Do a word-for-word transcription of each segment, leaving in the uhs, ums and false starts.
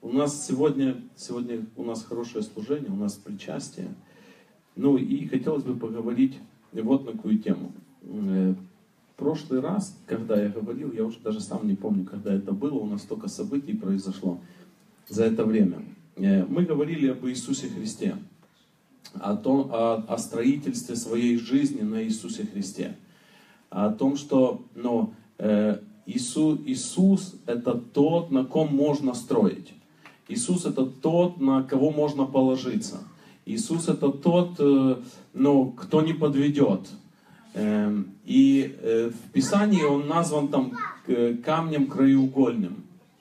У нас сегодня, сегодня у нас хорошее служение, у нас причастие. Ну и хотелось бы поговорить вот на какую тему. В прошлый раз, когда я говорил, я уже даже сам не помню, когда это было, у нас столько событий произошло за это время. Мы говорили об Иисусе Христе, о, том, о, о строительстве своей жизни на Иисусе Христе, о том, что ну, э, Иисус, Иисус это тот, на ком можно строить. Иисус это тот, на кого можно положиться. Иисус это тот, э, ну, кто не подведет. Э, и э, в Писании он назван там камнем краеугольным.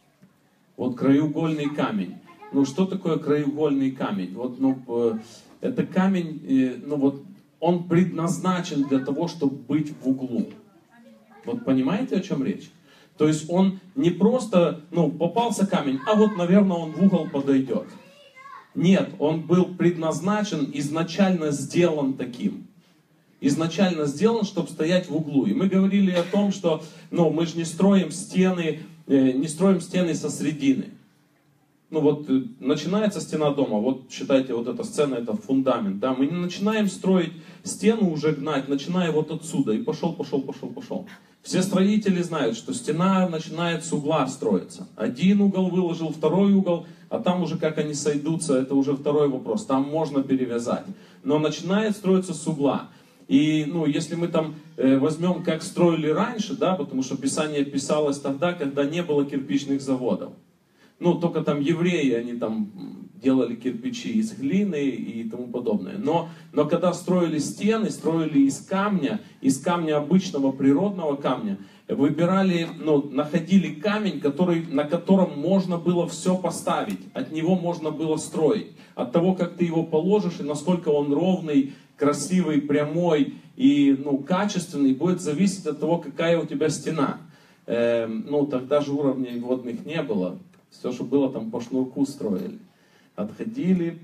Вот краеугольный камень. Ну что такое краеугольный камень? Вот, ну, э, это камень, э, ну вот, он предназначен для того, чтобы быть в углу. Вот понимаете, о чем речь? То есть он не просто, ну, попался камень, а вот, наверное, он в угол подойдет. Нет, он был предназначен, изначально сделан таким. Изначально сделан, чтобы стоять в углу. И мы говорили о том, что, ну, мы же не строим стены, э, не строим стены со средины. Ну вот, начинается стена дома, вот считайте, вот эта сцена, это фундамент, да, мы не начинаем строить стену уже гнать, начиная вот отсюда, и пошел, пошел, пошел, пошел. Все строители знают, что стена начинает с угла строиться. Один угол выложил, второй угол, а там уже как они сойдутся, это уже второй вопрос, там можно перевязать. Но начинает строиться с угла. И, ну, если мы там э, возьмем, как строили раньше, да, потому что Писание писалось тогда, когда не было кирпичных заводов. Ну, только там евреи, они там делали кирпичи из глины и тому подобное. Но, но когда строили стены, строили из камня, из камня обычного природного камня, выбирали, ну, находили камень, который, на котором можно было все поставить. От него можно было строить. От того, как ты его положишь и насколько он ровный, красивый, прямой и, ну, качественный, будет зависеть от того, какая у тебя стена. Э, ну, тогда же уровней водных не было. Все, что было, там по шнурку строили. Отходили.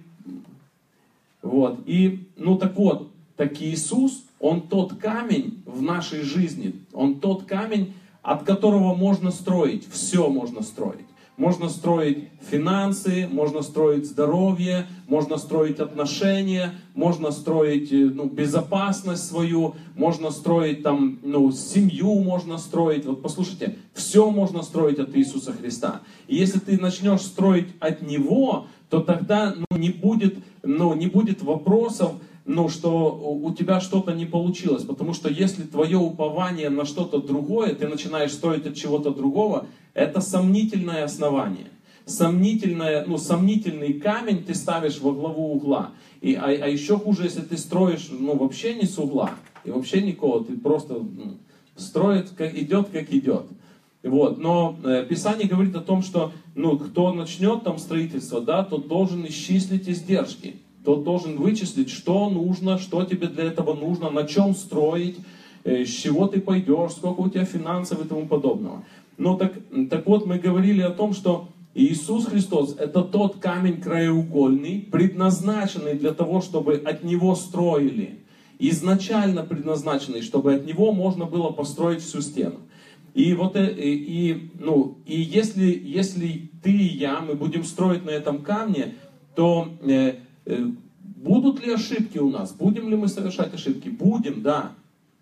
Вот. И, ну так вот, так Иисус, Он тот камень в нашей жизни. Он тот камень, от которого можно строить. Все можно строить. Можно строить финансы, можно строить здоровье, можно строить отношения, можно строить, ну, безопасность свою, можно строить там, ну, семью можно строить. Вот послушайте, все можно строить от Иисуса Христа. И если ты начнешь строить от Него, то тогда, ну, не будет, ну, не будет вопросов, ну, что у тебя что-то не получилось. Потому что если твое упование на что-то другое, ты начинаешь строить от чего-то другого, это сомнительное основание. Сомнительное, ну, сомнительный камень ты ставишь во главу угла. И, а, а еще хуже, если ты строишь, ну, вообще не с угла. И вообще никого. Ты просто, ну, строит, как идет, как идет. Вот. Но э, Писание говорит о том, что, ну, кто начнет там строительство, да, тот должен исчислить издержки. Тот должен вычислить, что нужно, что тебе для этого нужно, на чем строить, с чего ты пойдешь, сколько у тебя финансов и тому подобного. Но так, так вот, мы говорили о том, что Иисус Христос это тот камень краеугольный, предназначенный для того, чтобы от Него строили. Изначально предназначенный, чтобы от Него можно было построить всю стену. И вот и, и, ну, и если, если ты и я, мы будем строить на этом камне, то э, э, будут ли ошибки у нас? Будем ли мы совершать ошибки? Будем, да.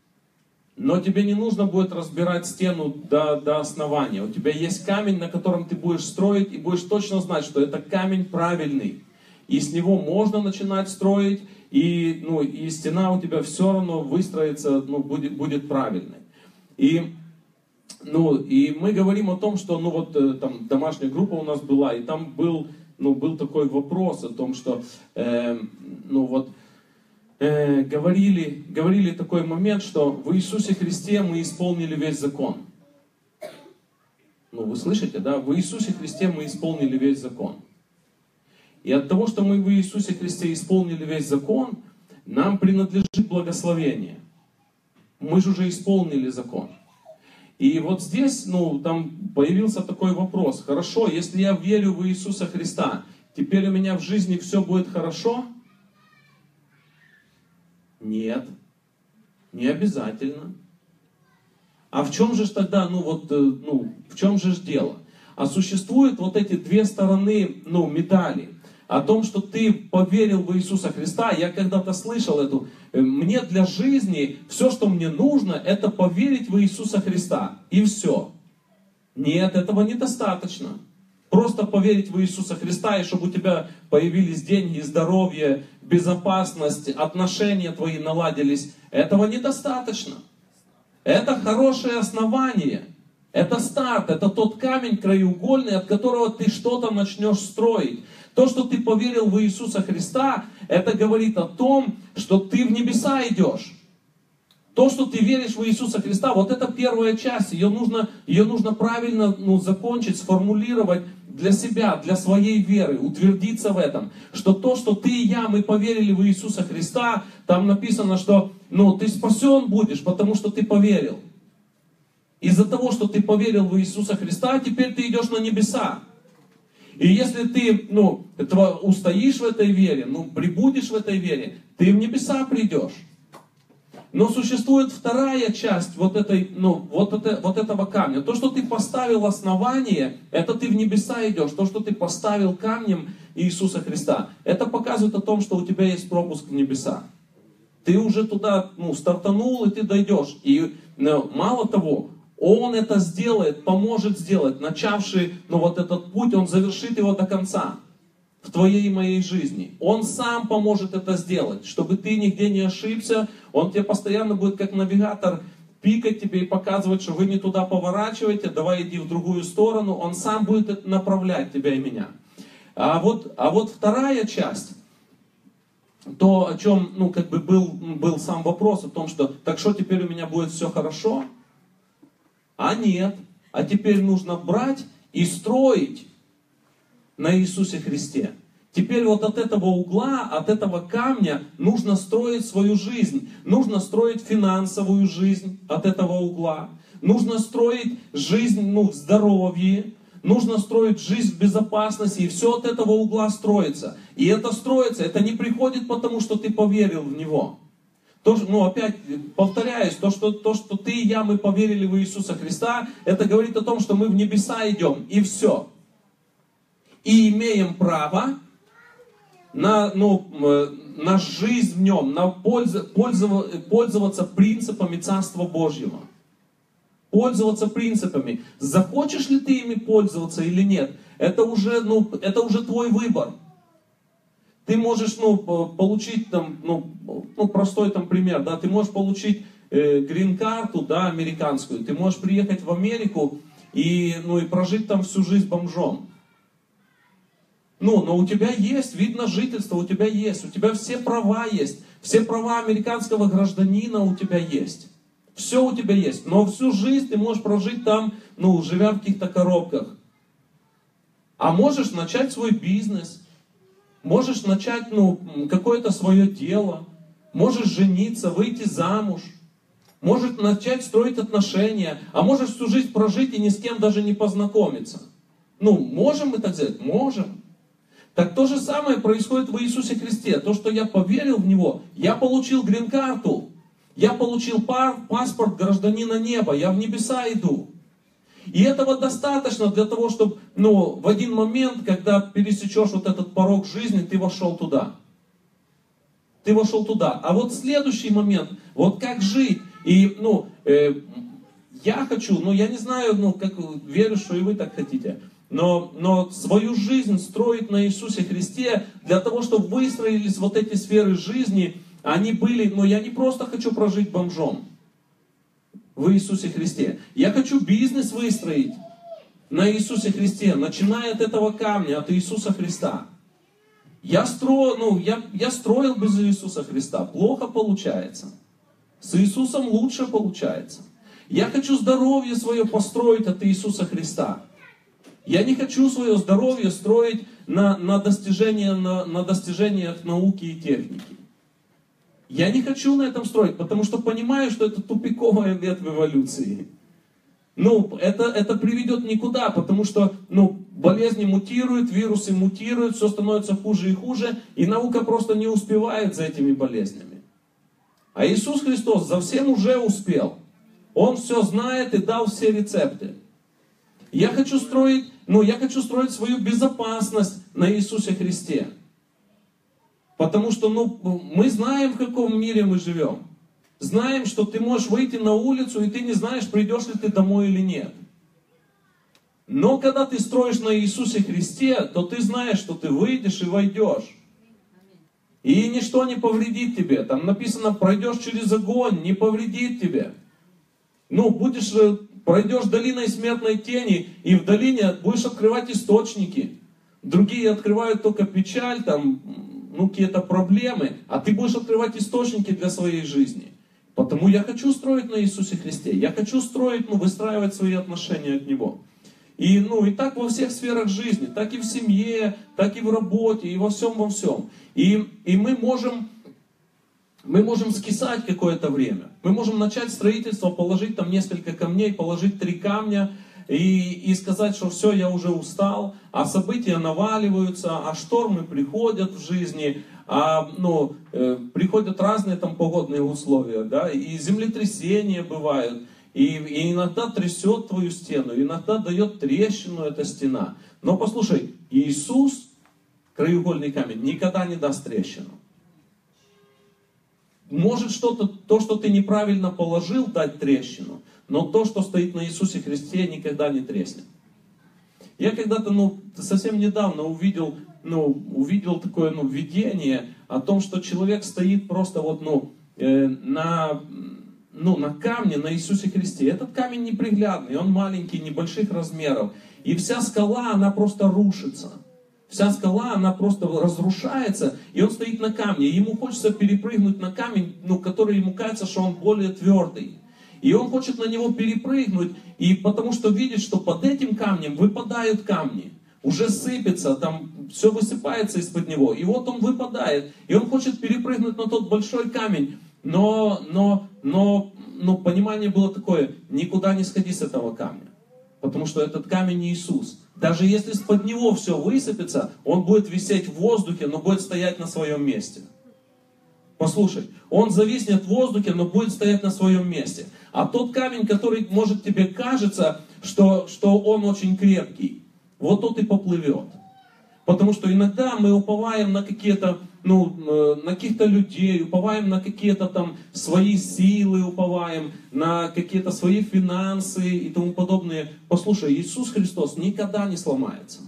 Но тебе не нужно будет разбирать стену до, до основания. У тебя есть камень, на котором ты будешь строить, и будешь точно знать, что это камень правильный. И с него можно начинать строить, и, ну, и стена у тебя все равно выстроится, ну, будет, будет правильной. И, ну, и мы говорим о том, что, ну, вот там домашняя группа у нас была, и там был, ну, был такой вопрос о том, что, э, ну вот, Э, говорили, говорили такой момент, что в Иисусе Христе мы исполнили весь закон. Ну, вы слышите, да? В Иисусе Христе мы исполнили весь закон. И от того, что мы в Иисусе Христе исполнили весь закон, нам принадлежит благословение. Мы же уже исполнили закон. И вот здесь, ну, там появился такой вопрос. Хорошо, если я верю в Иисуса Христа, теперь у меня в жизни все будет хорошо? Нет, не обязательно. А в чем же тогда, ну вот, ну, в чем же дело? А существуют вот эти две стороны, ну, медали. О том, что ты поверил в Иисуса Христа. Я когда-то слышал эту, мне для жизни все, что мне нужно, это поверить в Иисуса Христа. И все. Нет, этого недостаточно. Просто поверить в Иисуса Христа, и чтобы у тебя появились деньги, здоровье, безопасность, отношения твои наладились, этого недостаточно. Это хорошее основание. Это старт, это тот камень краеугольный, от которого ты что-то начнешь строить. То, что ты поверил в Иисуса Христа, это говорит о том, что ты в небеса идешь. То, что ты веришь в Иисуса Христа, вот это первая часть. Ее нужно, ее нужно правильно ну, закончить, сформулировать для себя, для своей веры, утвердиться в этом. Что то, что ты и я, мы поверили в Иисуса Христа, там написано, что ну, ты спасен будешь, потому что ты поверил. Из-за того, что ты поверил в Иисуса Христа, теперь ты идешь на небеса. И если ты ну, устоишь в этой вере, ну, прибудешь в этой вере, ты в небеса придешь. Но существует вторая часть вот, этой, ну, вот, это, вот этого камня. То, что ты поставил основание, это ты в небеса идешь. То, что ты поставил камнем Иисуса Христа, это показывает о том, что у тебя есть пропуск в небеса. Ты уже туда ну, стартанул, и ты дойдешь. И ну, мало того, Он это сделает, поможет сделать. Начавший ну, вот этот путь, Он завершит его до конца. В твоей и моей жизни. Он сам поможет это сделать, чтобы ты нигде не ошибся. Он тебе постоянно будет как навигатор пикать тебе и показывать, что вы не туда поворачиваете, давай иди в другую сторону. Он сам будет направлять тебя и меня. А вот, а вот вторая часть, то, о чем ну, как бы был, был сам вопрос, о том, что так что теперь у меня будет все хорошо? А нет. А теперь нужно брать и строить на Иисусе Христе. Теперь вот от этого угла, от этого камня нужно строить свою жизнь. Нужно строить финансовую жизнь от этого угла. Нужно строить жизнь ну, в здоровье. Нужно строить жизнь в безопасности. И все от этого угла строится. И это строится. Это не приходит потому, что ты поверил в Него. То, ну, опять повторяюсь, то что, то, что ты и я, мы поверили в Иисуса Христа, это говорит о том, что мы в небеса идем. И все. И имеем право на, ну, на жизнь в нем, на пользу, пользоваться принципами Царства Божьего. Пользоваться принципами. Захочешь ли ты ими пользоваться или нет, это уже, ну, это уже твой выбор. Ты можешь ну, получить, там, ну, ну, простой там, пример, да, ты можешь получить э, грин-карту да, американскую, ты можешь приехать в Америку и, ну, и прожить там всю жизнь бомжом. Ну, но у тебя есть вид на жительство, у тебя есть, у тебя все права есть, все права американского гражданина у тебя есть. Все у тебя есть, но всю жизнь ты можешь прожить там, ну, живя в каких-то коробках. А можешь начать свой бизнес, можешь начать, ну, какое-то свое дело, можешь жениться, выйти замуж, можешь начать строить отношения, а можешь всю жизнь прожить и ни с кем даже не познакомиться. Ну, можем мы так сделать? Можем. Так то же самое происходит в Иисусе Христе. То, что я поверил в Него, я получил грин-карту, я получил паспорт гражданина неба, я в небеса иду. И этого достаточно для того, чтобы ну, в один момент, когда пересечешь вот этот порог жизни, ты вошел туда. Ты вошел туда. А вот следующий момент, вот как жить. И, ну, э, я хочу, ну, я не знаю, ну, как верю, что и вы так хотите. Но, но свою жизнь строить на Иисусе Христе, для того, чтобы выстроились вот эти сферы жизни, они были, но я не просто хочу прожить бомжом в Иисусе Христе. Я хочу бизнес выстроить на Иисусе Христе, начиная от этого камня, от Иисуса Христа. Я, стро, ну, я, я строил без Иисуса Христа, плохо получается. С Иисусом лучше получается. Я хочу здоровье свое построить от Иисуса Христа. Я не хочу свое здоровье строить на, на, достижения, на, на достижениях науки и техники. Я не хочу на этом строить, потому что понимаю, что это тупиковая ветвь эволюции. Ну, это, это приведет никуда, потому что ну, болезни мутируют, вирусы мутируют, все становится хуже и хуже, и наука просто не успевает за этими болезнями. А Иисус Христос за всем уже успел. Он все знает и дал все рецепты. Я хочу строить ну, я хочу строить свою безопасность на Иисусе Христе. Потому что, ну, мы знаем, в каком мире мы живем. Знаем, что ты можешь выйти на улицу, и ты не знаешь, придешь ли ты домой или нет. Но когда ты строишь на Иисусе Христе, то ты знаешь, что ты выйдешь и войдешь. И ничто не повредит тебе. Там написано, пройдешь через огонь, не повредит тебе. Ну, будешь, пройдешь долиной смертной тени, и в долине будешь открывать источники. Другие открывают только печаль, там, ну, какие-то проблемы, а ты будешь открывать источники для своей жизни. Потому я хочу строить на Иисусе Христе. Я хочу строить, ну, выстраивать свои отношения от Него. И, ну, и так во всех сферах жизни, так и в семье, так и в работе, и во всем, во всем. И, и мы можем, мы можем скисать какое-то время. Мы можем начать строительство, положить там несколько камней, положить три камня и, и сказать, что все, я уже устал, а события наваливаются, а штормы приходят в жизни, а, ну, э, приходят разные там погодные условия, да, и землетрясения бывают. И, и иногда трясет твою стену, иногда дает трещину эта стена. Но послушай, Иисус, краеугольный камень, никогда не даст трещину. Может что-то, то, что ты неправильно положил, дать трещину, но то, что стоит на Иисусе Христе, никогда не треснет. Я когда-то, ну, совсем недавно увидел, ну, увидел такое, ну, видение о том, что человек стоит просто вот, ну, э, на... ну, на камне, на Иисусе Христе. Этот камень неприглядный, он маленький, небольших размеров. И вся скала, она просто рушится. Вся скала, она просто разрушается, и он стоит на камне. И ему хочется перепрыгнуть на камень, ну, который ему кажется, что он более твердый. И он хочет на него перепрыгнуть, и потому что видит, что под этим камнем выпадают камни. Уже сыпется, там все высыпается из-под него. И вот он выпадает, и он хочет перепрыгнуть на тот большой камень. Но, но, но, но понимание было такое, никуда не сходи с этого камня. Потому что этот камень не Иисус. Даже если из-под него все высыпется, он будет висеть в воздухе, но будет стоять на своем месте. Послушай, он зависнет в воздухе, но будет стоять на своем месте. А тот камень, который, может, тебе кажется, что, что он очень крепкий, вот тот и поплывет. Потому что иногда мы уповаем на какие-то, ну, на каких-то людей, уповаем на какие-то там свои силы, уповаем на какие-то свои финансы и тому подобное. Послушай, Иисус Христос никогда не сломается.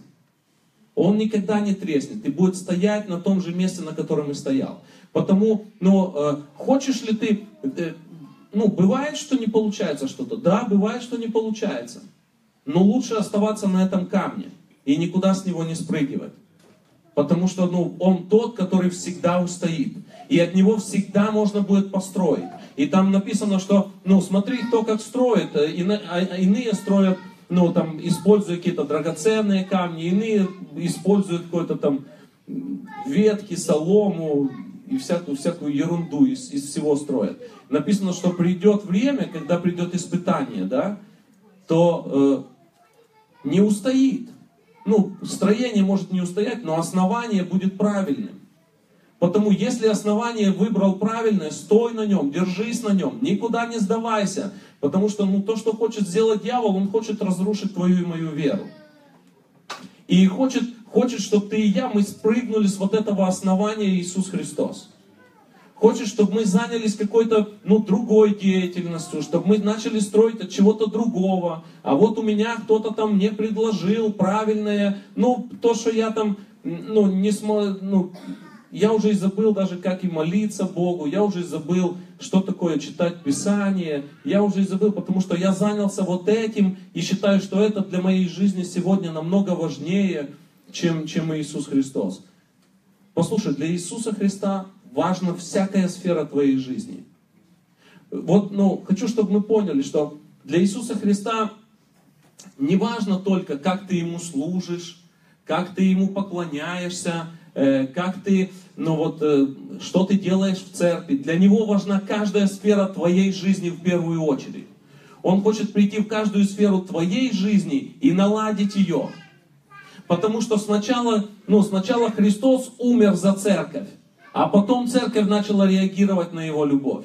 Он никогда не треснет и будет стоять на том же месте, на котором и стоял. Потому, ну, э, хочешь ли ты, э, ну, бывает, что не получается что-то? Да, бывает, что не получается. Но лучше оставаться на этом камне и никуда с него не спрыгивать. Потому что, ну, он тот, который всегда устоит. И от него всегда можно будет построить. И там написано, что, ну, смотри, кто как строит. Иные строят, ну, там, используя какие-то драгоценные камни, иные используют какой-то там ветки, солому и всякую, всякую ерунду из, из всего строят. Написано, что придет время, когда придет испытание, да, то э, не устоит. Ну, строение может не устоять, но основание будет правильным. Потому если основание выбрал правильное, стой на нем, держись на нем, никуда не сдавайся. Потому что, ну, то, что хочет сделать дьявол, он хочет разрушить твою и мою веру. И хочет, хочет, чтобы ты и я, мы спрыгнули с вот этого основания Иисус Христос. Хочет, чтобы мы занялись какой-то, ну, другой деятельностью, чтобы мы начали строить от чего-то другого. А вот у меня кто-то там мне предложил правильное, ну, то, что я там, ну, не смог, ну, я уже и забыл даже, как и молиться Богу, я уже и забыл, что такое читать Писание, я уже и забыл, потому что я занялся вот этим и считаю, что это для моей жизни сегодня намного важнее, чем, чем Иисус Христос. Послушай, для Иисуса Христа важна всякая сфера твоей жизни. Вот, ну, хочу, чтобы мы поняли, что для Иисуса Христа не важно только, как ты Ему служишь, как ты Ему поклоняешься, э, как ты, ну вот, э, что ты делаешь в церкви. Для Него важна каждая сфера твоей жизни в первую очередь. Он хочет прийти в каждую сферу твоей жизни и наладить ее. Потому что сначала, ну, сначала Христос умер за церковь. А потом церковь начала реагировать на Его любовь.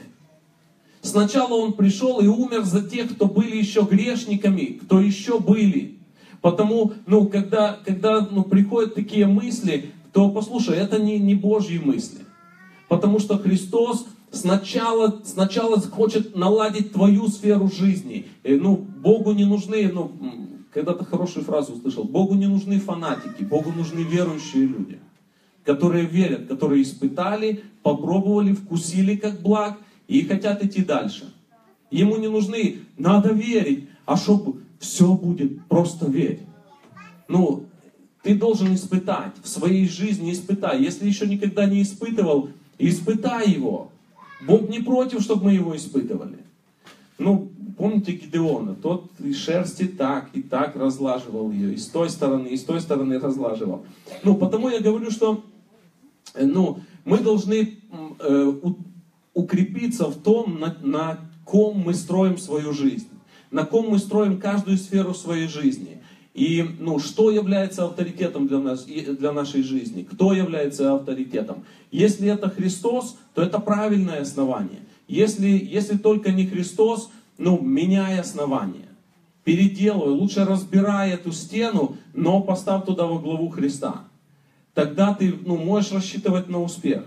Сначала Он пришел и умер за тех, кто были еще грешниками, кто еще были. Потому, ну, когда, когда ну, приходят такие мысли, то послушай, это не, не Божьи мысли. Потому что Христос сначала, сначала хочет наладить твою сферу жизни. И, ну, Богу не нужны, ну, когда-то хорошую фразу услышал, Богу не нужны фанатики, Богу нужны верующие люди, которые верят, которые испытали, попробовали, вкусили как благ и хотят идти дальше. Ему не нужны, надо верить, а чтобы все будет, просто верь. Ну, ты должен испытать, в своей жизни испытай. Если еще никогда не испытывал, испытай его. Бог не против, чтобы мы его испытывали. Ну, помните Гидеона? Тот и шерсти так, и так разлаживал ее. И с той стороны, и с той стороны разлаживал. Ну, потому я говорю, что ну, мы должны э, укрепиться в том, на, на ком мы строим свою жизнь. На ком мы строим каждую сферу своей жизни. И ну, что является авторитетом для, нас, для нашей жизни? Кто является авторитетом? Если это Христос, то это правильное основание. Если, если только не Христос, ну, меняй основание. Переделывай, лучше разбирай эту стену, но поставь туда во главу Христа. Тогда ты ну, можешь рассчитывать на успех.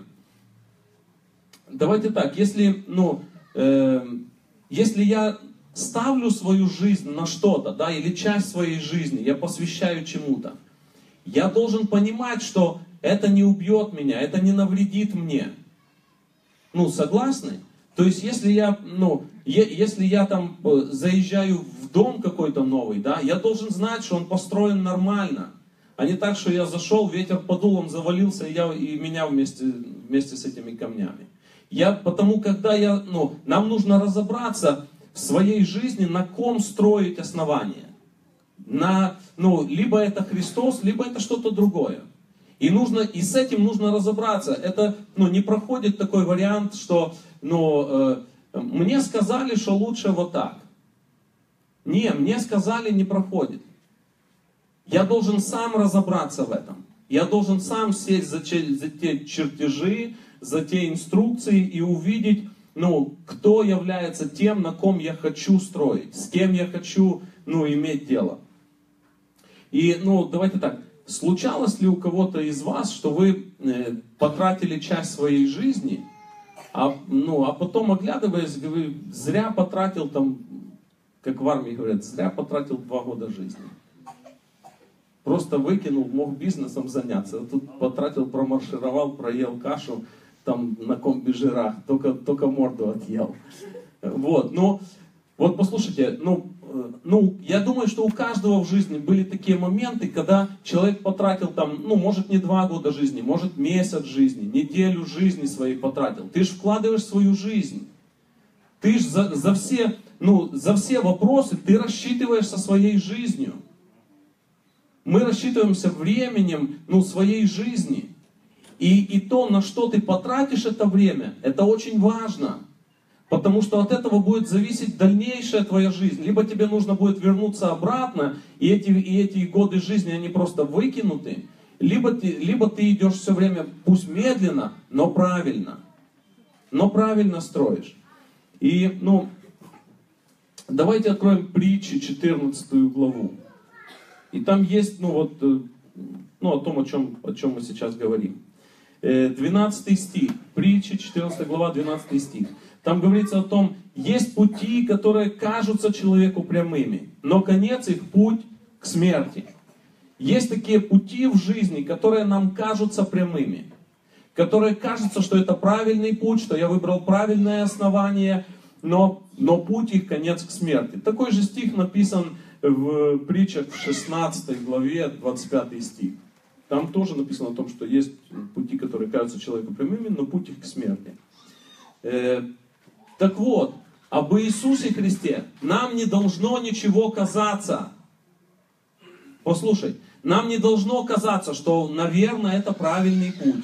Давайте так, если, ну, э, если я ставлю свою жизнь на что-то, да, или часть своей жизни, я посвящаю чему-то, я должен понимать, что это не убьет меня, это не навредит мне. Ну, согласны? То есть, если я, ну, е- если я там заезжаю в дом какой-то новый, да, я должен знать, что он построен нормально, а не так, что я зашел, ветер подул, он завалился, и, я, и меня вместе, вместе с этими камнями. Я, потому, когда я, ну, нам нужно разобраться в своей жизни, на ком строить основание. На, ну, либо это Христос, либо это что-то другое. И, нужно, и с этим нужно разобраться. Это ну, не проходит такой вариант, что ну, э, мне сказали, что лучше вот так. Не, мне сказали, не проходит. Я должен сам разобраться в этом. Я должен сам сесть за, за те чертежи, за те инструкции и увидеть, ну, кто является тем, на ком я хочу строить, с кем я хочу ну, иметь дело. И, ну, давайте так, случалось ли у кого-то из вас, что вы э, потратили часть своей жизни, а, ну, а потом, оглядываясь, вы зря потратил там, как в армии говорят, зря потратил два года жизни. Просто выкинул, мог бизнесом заняться, а тут потратил, промаршировал, проел кашу, там на комби-жирах, только, только морду отъел. Вот, ну, вот послушайте, ну, ну, я думаю, что у каждого в жизни были такие моменты, когда человек потратил там, ну, может не два года жизни, может месяц жизни, неделю жизни своей потратил. Ты же вкладываешь свою жизнь. Ты же за, за все, ну, за все вопросы ты рассчитываешь со своей жизнью. Мы рассчитываемся временем, ну, своей жизни. И, и то, на что ты потратишь это время, это очень важно. Потому что от этого будет зависеть дальнейшая твоя жизнь. Либо тебе нужно будет вернуться обратно, и эти, и эти годы жизни, они просто выкинуты. Либо ты, либо ты идешь все время, пусть медленно, но правильно. Но правильно строишь. И, ну, давайте откроем Притчи, четырнадцатую главу. И там есть, ну вот, ну о том, о чем, о чем мы сейчас говорим. двенадцатый стих, Притчи, четырнадцатая глава, двенадцатый стих. Там говорится о том, есть пути, которые кажутся человеку прямыми, но конец их путь к смерти. Есть такие пути в жизни, которые нам кажутся прямыми, которые кажутся, что это правильный путь, что я выбрал правильное основание, но, но путь их конец к смерти. Такой же стих написан в притчах в шестнадцатой главе, двадцать пятый стих. Там тоже написано о том, что есть пути, которые кажутся человеку прямыми, но путь их к смерти. Э, так вот, об Иисусе Христе нам не должно ничего казаться. Послушай, нам не должно казаться, что, наверное, это правильный путь.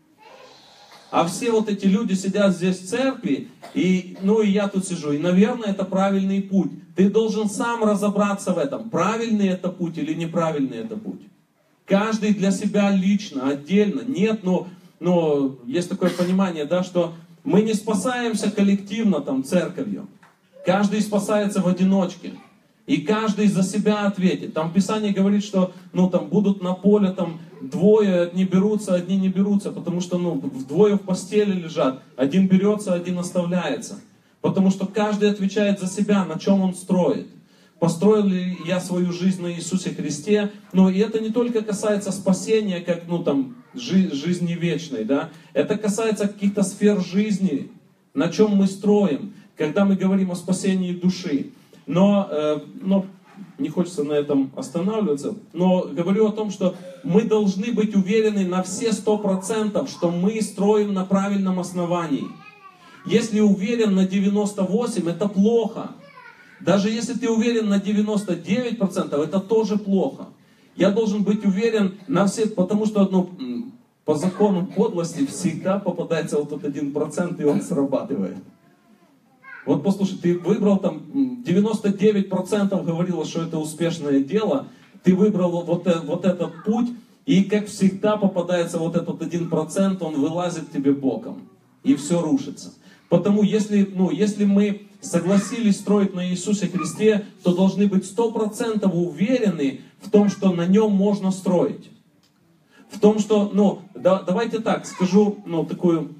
А все вот эти люди сидят здесь в церкви, и, ну и я тут сижу, и, наверное, это правильный путь. Ты должен сам разобраться в этом, правильный это путь или неправильный это путь. Каждый для себя лично, отдельно. Нет, но, но есть такое понимание, да, что мы не спасаемся коллективно там церковью. Каждый спасается в одиночке. И каждый за себя ответит. Там Писание говорит, что ну, там будут на поле там, двое, одни берутся, одни не берутся, потому что ну, двое в постели лежат. Один берется, один оставляется. Потому что каждый отвечает за себя, на чем он строит. Построил ли я свою жизнь на Иисусе Христе? Но и это не только касается спасения, как ну, там, жи- жизни вечной. Да? Это касается каких-то сфер жизни, на чем мы строим, когда мы говорим о спасении души. Но, э, но не хочется на этом останавливаться, но говорю о том, что мы должны быть уверены на все сто процентов, что мы строим на правильном основании. Если уверен на девяносто восемь процентов, это плохо. Даже если ты уверен на девяносто девять процентов, это тоже плохо. Я должен быть уверен на все, потому что ну, по закону подлости всегда попадается вот этот один процент, и он срабатывает. Вот послушай, ты выбрал там, девяносто девять процентов говорило, что это успешное дело, ты выбрал вот, вот этот путь, и как всегда попадается вот этот один процент, он вылазит тебе боком, и все рушится. Потому если, ну, если мы согласились строить на Иисусе Христе, то должны быть сто процентов уверены в том, что на нем можно строить. В том, что, ну, да, давайте так, скажу, ну, такую...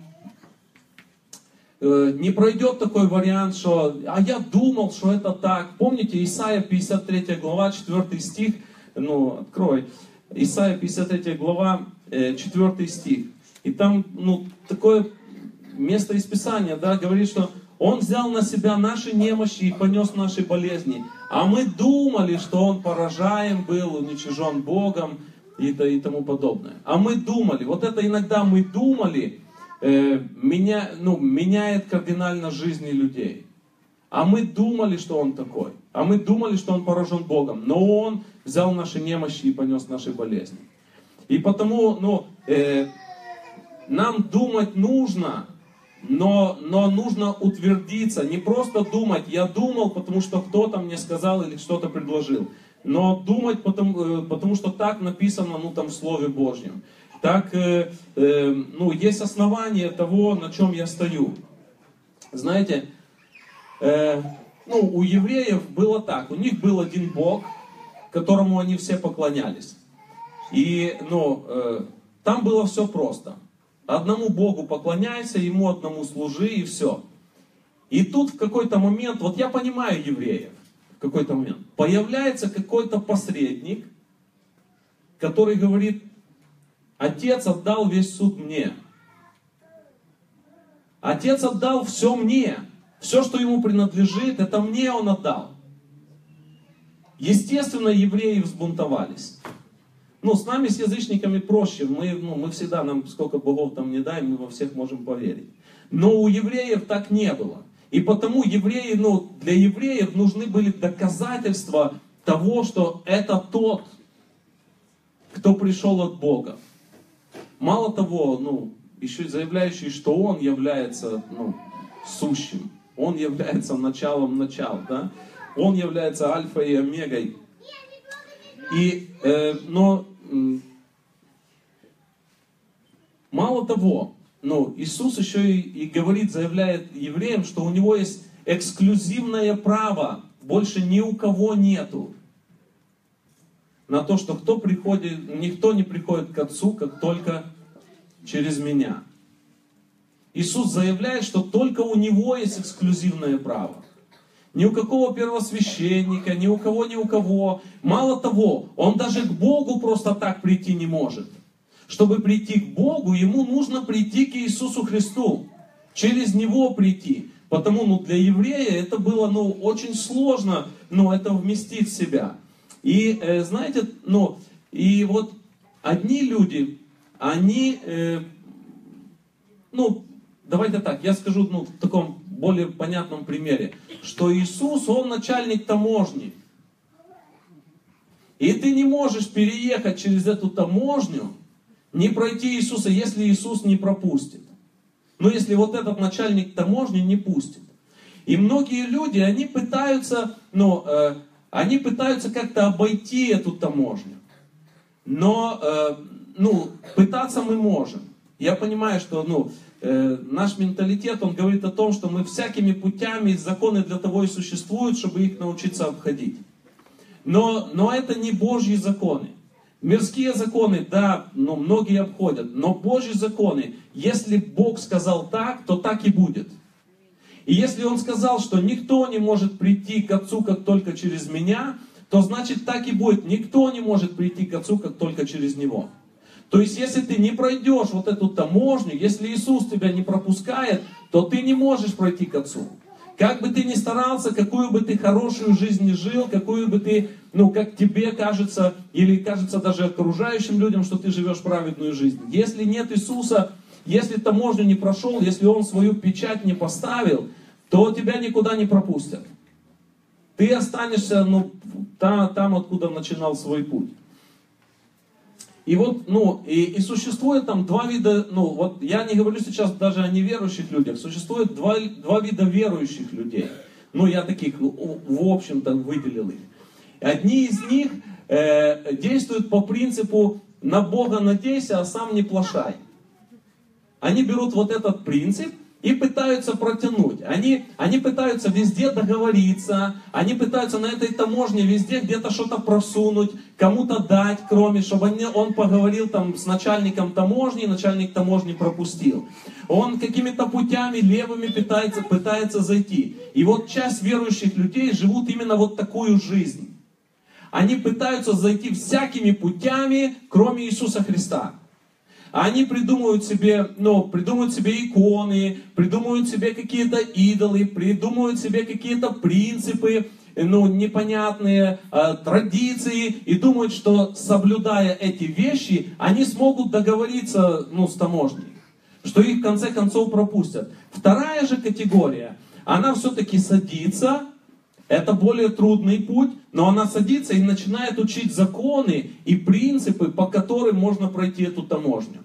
Не пройдет такой вариант, что «а я думал, что это так». Помните, Исайя пятьдесят третья глава, четвёртый стих, ну, открой. Исайя пятьдесят третья глава, четвёртый стих. И там, ну, такое место из Писания, да, говорит, что Он взял на себя наши немощи и понес наши болезни. А мы думали, что Он поражаем был, уничижен Богом и, и тому подобное. А мы думали, вот это иногда мы думали, Меня, ну, меняет кардинально жизни людей. А мы думали, что Он такой. А мы думали, что Он поражен Богом. Но Он взял наши немощи и понес наши болезни. И потому ну, э, нам думать нужно, но, но нужно утвердиться. Не просто думать, я думал, потому что кто-то мне сказал или что-то предложил. Но думать, потому, потому что так написано ну, там, в Слове Божьем. Так, э, э, ну, есть основание того, на чем я стою. Знаете, э, ну, у евреев было так. У них был один Бог, которому они все поклонялись. И, ну, э, там было все просто. Одному Богу поклоняйся, Ему одному служи, и все. И тут в какой-то момент, вот я понимаю евреев, в какой-то момент, появляется какой-то посредник, который говорит: Отец отдал весь суд мне. Отец отдал все мне. Все, что ему принадлежит, это мне он отдал. Естественно, евреи взбунтовались. Ну, с нами, с язычниками проще. Мы, ну, мы всегда, нам сколько богов там не дай, мы во всех можем поверить. Но у евреев так не было. И потому евреи, ну, для евреев нужны были доказательства того, что это тот, кто пришел от Бога. Мало того, ну, еще заявляющий, что Он является ну, сущим. Он является началом начал. Да? Он является альфой и омегой. И, э, но э, мало того, ну, Иисус еще и, и говорит, заявляет евреям, что у Него есть эксклюзивное право. Больше ни у кого нету. На то, что кто приходит, никто не приходит к Отцу, как только через меня. Иисус заявляет, что только у Него есть эксклюзивное право. Ни у какого первосвященника, ни у кого, ни у кого. Мало того, Он даже к Богу просто так прийти не может. Чтобы прийти к Богу, Ему нужно прийти к Иисусу Христу. Через Него прийти. Потому ну, для еврея это было ну, очень сложно ну, это вместить в себя. И э, знаете, ну, и вот одни люди, они, э, ну, давайте так, я скажу ну, в таком более понятном примере, что Иисус, Он начальник таможни. И ты не можешь переехать через эту таможню, не пройти Иисуса, если Иисус не пропустит. Ну, если вот этот начальник таможни не пустит. И многие люди, они пытаются, ну, э, они пытаются как-то обойти эту таможню. Но, э, ну, пытаться мы можем. Я понимаю, что, ну, э, наш менталитет, он говорит о том, что мы всякими путями, законы для того и существуют, чтобы их научиться обходить. Но, но это не Божьи законы. Мирские законы, да, но многие обходят. Но Божьи законы, если Бог сказал так, то так и будет. И если Он сказал, что никто не может прийти к Отцу, как только через Меня, то значит так и будет. Никто не может прийти к Отцу, как только через Него. То есть, если ты не пройдешь вот эту таможню, если Иисус тебя не пропускает, то ты не можешь пройти к Отцу. Как бы ты ни старался, какую бы ты хорошую жизнь ни жил, какую бы ты, ну, как тебе кажется, или кажется даже окружающим людям, что ты живешь праведную жизнь. Если нет Иисуса, если таможню не прошел, если Он свою печать не поставил, то тебя никуда не пропустят. Ты останешься, ну, там, там откуда начинал свой путь. И вот, ну, и, и существует там два вида, ну, вот я не говорю сейчас даже о неверующих людях, существует два, два вида верующих людей. Ну, я таких, в общем-то, выделил их. Одни из них э, действуют по принципу «на Бога надейся, а сам не плашай». Они берут вот этот принцип и пытаются протянуть. Они, они пытаются везде договориться, они пытаются на этой таможне везде где-то что-то просунуть, кому-то дать, кроме, чтобы они, он поговорил там с начальником таможни, начальник таможни пропустил. Он какими-то путями левыми пытается, пытается зайти. И вот часть верующих людей живут именно вот такую жизнь. Они пытаются зайти всякими путями, кроме Иисуса Христа. Они придумывают себе, ну, придумывают себе иконы, придумывают себе какие-то идолы, придумывают себе какие-то принципы, ну, непонятные э, традиции, и думают, что, соблюдая эти вещи, они смогут договориться, ну, с таможней, что их в конце концов пропустят. Вторая же категория, она все-таки садится, это более трудный путь, но она садится и начинает учить законы и принципы, по которым можно пройти эту таможню.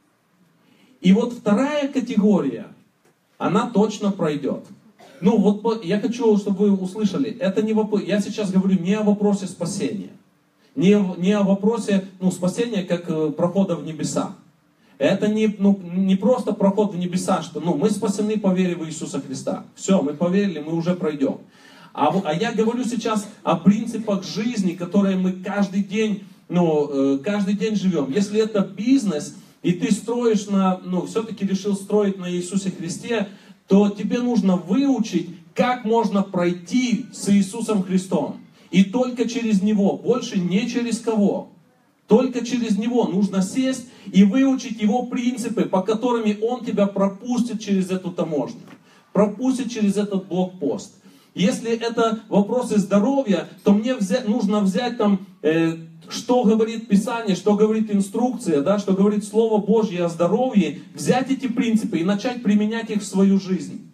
И вот вторая категория, она точно пройдет. Ну вот я хочу, чтобы вы услышали, это не вопрос, я сейчас говорю не о вопросе спасения, не, не о вопросе, ну, спасения как прохода в небеса. Это не, ну, не просто проход в небеса, что, ну, мы спасены по вере в Иисуса Христа. Все, мы поверили, мы уже пройдем. А, а я говорю сейчас о принципах жизни, которые мы каждый день, ну, каждый день живем. Если это бизнес, и ты строишь на, ну, все-таки решил строить на Иисусе Христе, то тебе нужно выучить, как можно пройти с Иисусом Христом. И только через Него, больше не через кого. Только через Него нужно сесть и выучить Его принципы, по которым Он тебя пропустит через эту таможню, пропустит через этот блокпост. Если это вопросы здоровья, то мне взять, нужно взять там, э, что говорит Писание, что говорит инструкция, да, что говорит Слово Божье о здоровье, взять эти принципы и начать применять их в свою жизнь.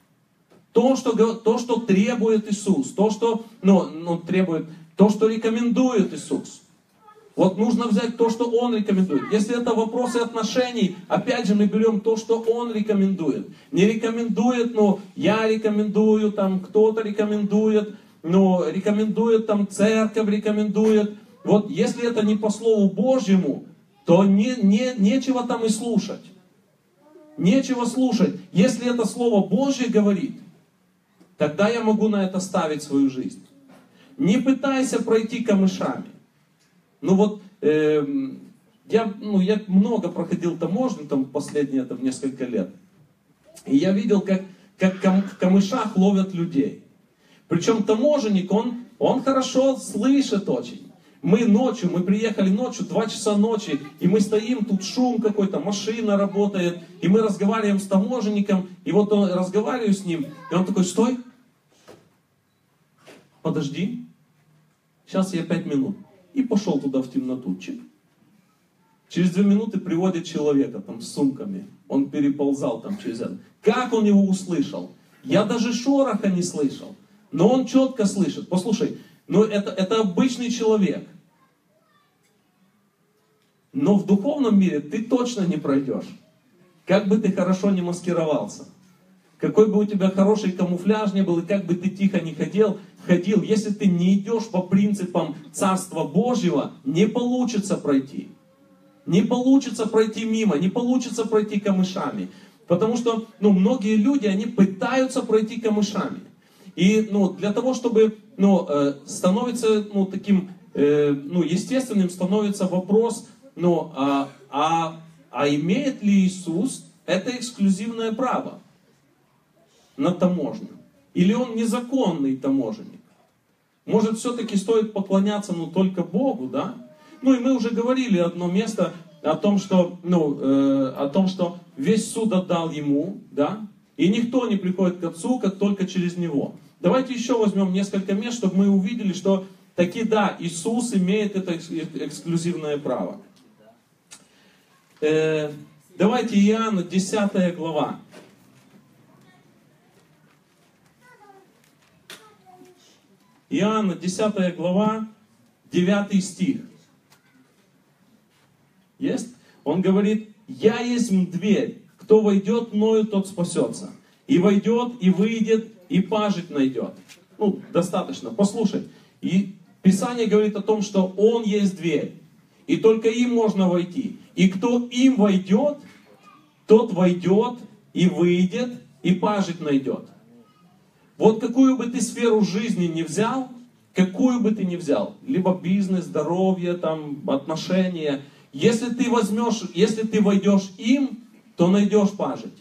То, что, то, что требует Иисус, то, что, ну, ну, требует, то, что рекомендует Иисус. Вот нужно взять то, что Он рекомендует. Если это вопросы отношений, опять же мы берем то, что Он рекомендует. Не рекомендует, но я рекомендую, там кто-то рекомендует, но рекомендует там церковь, рекомендует. Вот если это не по Слову Божьему, то не, не, нечего там и слушать. Нечего слушать. Если это Слово Божье говорит, тогда я могу на это ставить свою жизнь. Не пытайся пройти камышами. Ну вот, э, я, ну, я много проходил таможню, там, последние там, несколько лет. И я видел, как, как кам, в камышах ловят людей. Причем таможенник, он, он хорошо слышит очень. Мы ночью, мы приехали ночью, два часа ночи, и мы стоим, тут шум какой-то, машина работает, и мы разговариваем с таможенником, и вот он, разговариваю с ним, и он такой: стой, подожди, сейчас я пять минут. И пошел туда в темноту. Чик. Через две минуты приводит человека там с сумками. Он переползал там через это. Как он его услышал? Я даже шороха не слышал. Но он четко слышит. Послушай, ну это, это обычный человек. Но в духовном мире ты точно не пройдешь. Как бы ты хорошо не маскировался. Какой бы у тебя хороший камуфляж ни был, и как бы ты тихо не ходил, ходил, если ты не идешь по принципам Царства Божьего, не получится пройти. Не получится пройти мимо, не получится пройти камышами. Потому что, ну, многие люди, они пытаются пройти камышами. И, ну, для того, чтобы ну, э, становится, ну, таким, э, ну, естественным становится вопрос, ну, а, а, а имеет ли Иисус это эксклюзивное право на таможню? Или он незаконный таможенник? Может, все-таки стоит поклоняться, ну, только Богу, да? Ну, и мы уже говорили одно место о том, что, ну, э, о том, что весь суд отдал ему, да? И никто не приходит к Отцу, как только через Него. Давайте еще возьмем несколько мест, чтобы мы увидели, что таки да, Иисус имеет это эксклюзивное право. Э, давайте Иоанна, десятая глава. Иоанна, десятая глава, девятый стих. Есть? Он говорит: «Я есть дверь, кто войдет мною, тот спасется. И войдет, и выйдет, и пажить найдет». Ну, достаточно, послушай. И Писание говорит о том, что Он есть дверь. И только им можно войти. И кто им войдет, тот войдет, и выйдет, и пажить найдет. Вот какую бы ты сферу жизни ни взял, какую бы ты ни взял, либо бизнес, здоровье, там, отношения, если ты возьмешь, если ты войдешь им, то найдешь пажить.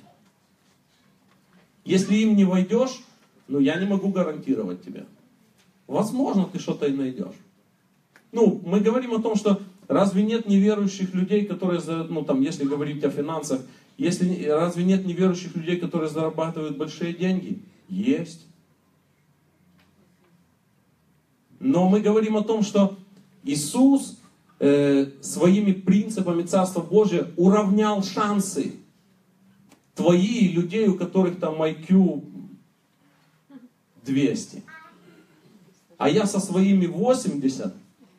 Если им не войдешь, ну я не могу гарантировать тебе. Возможно, ты что-то и найдешь. Ну, мы говорим о том, что разве нет неверующих людей, которые, ну там, если говорить о финансах, если, разве нет неверующих людей, которые зарабатывают большие деньги? Есть. Но мы говорим о том, что Иисус э, своими принципами Царства Божия уравнял шансы твои и людей, у которых там ай кью двести. А я со своими восемьдесят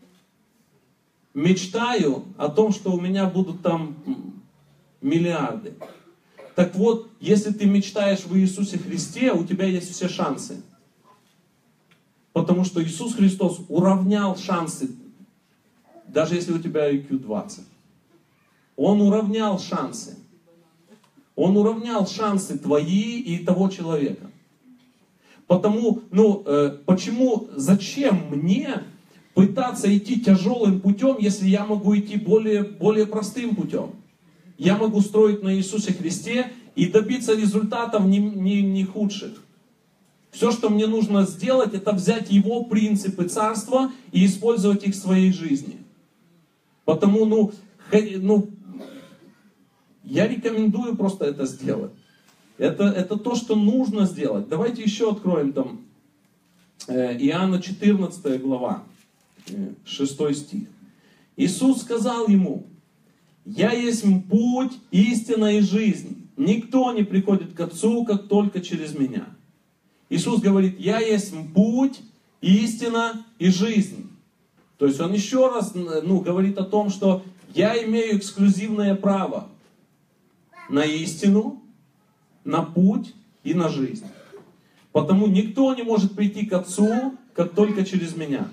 мечтаю о том, что у меня будут там миллиарды. Так вот, если ты мечтаешь в Иисусе Христе, у тебя есть все шансы. Потому что Иисус Христос уравнял шансы, даже если у тебя ай кью двадцать. Он уравнял шансы. Он уравнял шансы твои и того человека. Потому, ну, э, почему, зачем мне пытаться идти тяжелым путем, если я могу идти более, более простым путем? Я могу строить на Иисусе Христе и добиться результатов не, не, не худших. Все, что мне нужно сделать, это взять Его принципы царства и использовать их в своей жизни. Потому, ну, ну я рекомендую просто это сделать. Это, это то, что нужно сделать. Давайте еще откроем там э, Иоанна четырнадцатая глава, э, шестой стих. Иисус сказал ему: «Я есть путь, истина и жизнь. Никто не приходит к Отцу, как только через Меня». Иисус говорит: «Я есть путь, истина и жизнь». То есть Он еще раз, ну, говорит о том, что я имею эксклюзивное право на истину, на путь и на жизнь. Потому никто не может прийти к Отцу, как только через Меня.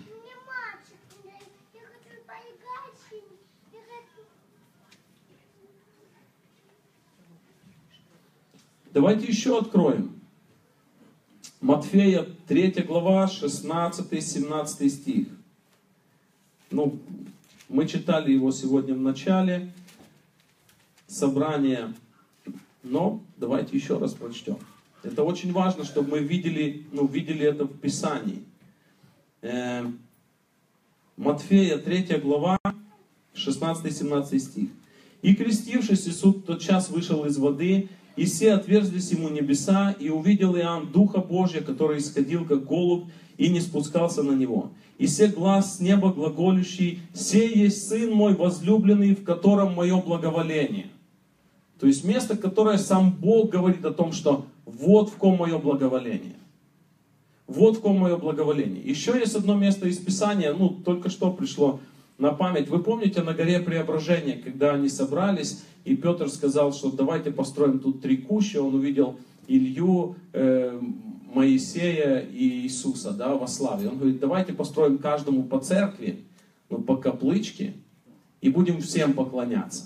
Давайте еще откроем. Матфея, третья глава, шестнадцатый-семнадцатый стих. Ну, мы читали его сегодня в начале собрания, но давайте еще раз прочтем. Это очень важно, чтобы мы видели, ну, видели это в Писании. Э, Матфея, третья глава, шестнадцатый-семнадцатый стих. «И крестившись, Иисус тотчас вышел из воды, и все отверзлись ему небеса, и увидел Иоанн Духа Божия, который исходил, как голубь, и не спускался на него. И се глас с неба глаголющий: «Сей есть Сын мой возлюбленный, в котором мое благоволение». То есть место, которое сам Бог говорит о том, что вот в ком мое благоволение. Вот в ком мое благоволение. Еще есть одно место из Писания, ну, только что пришло на память. Вы помните на горе Преображения, когда они собрались, и Петр сказал, что давайте построим тут три кущи. Он увидел Илью, э, Моисея и Иисуса, да, во славе. Он говорит: давайте построим каждому по церкви, ну, по каплычке, и будем всем поклоняться.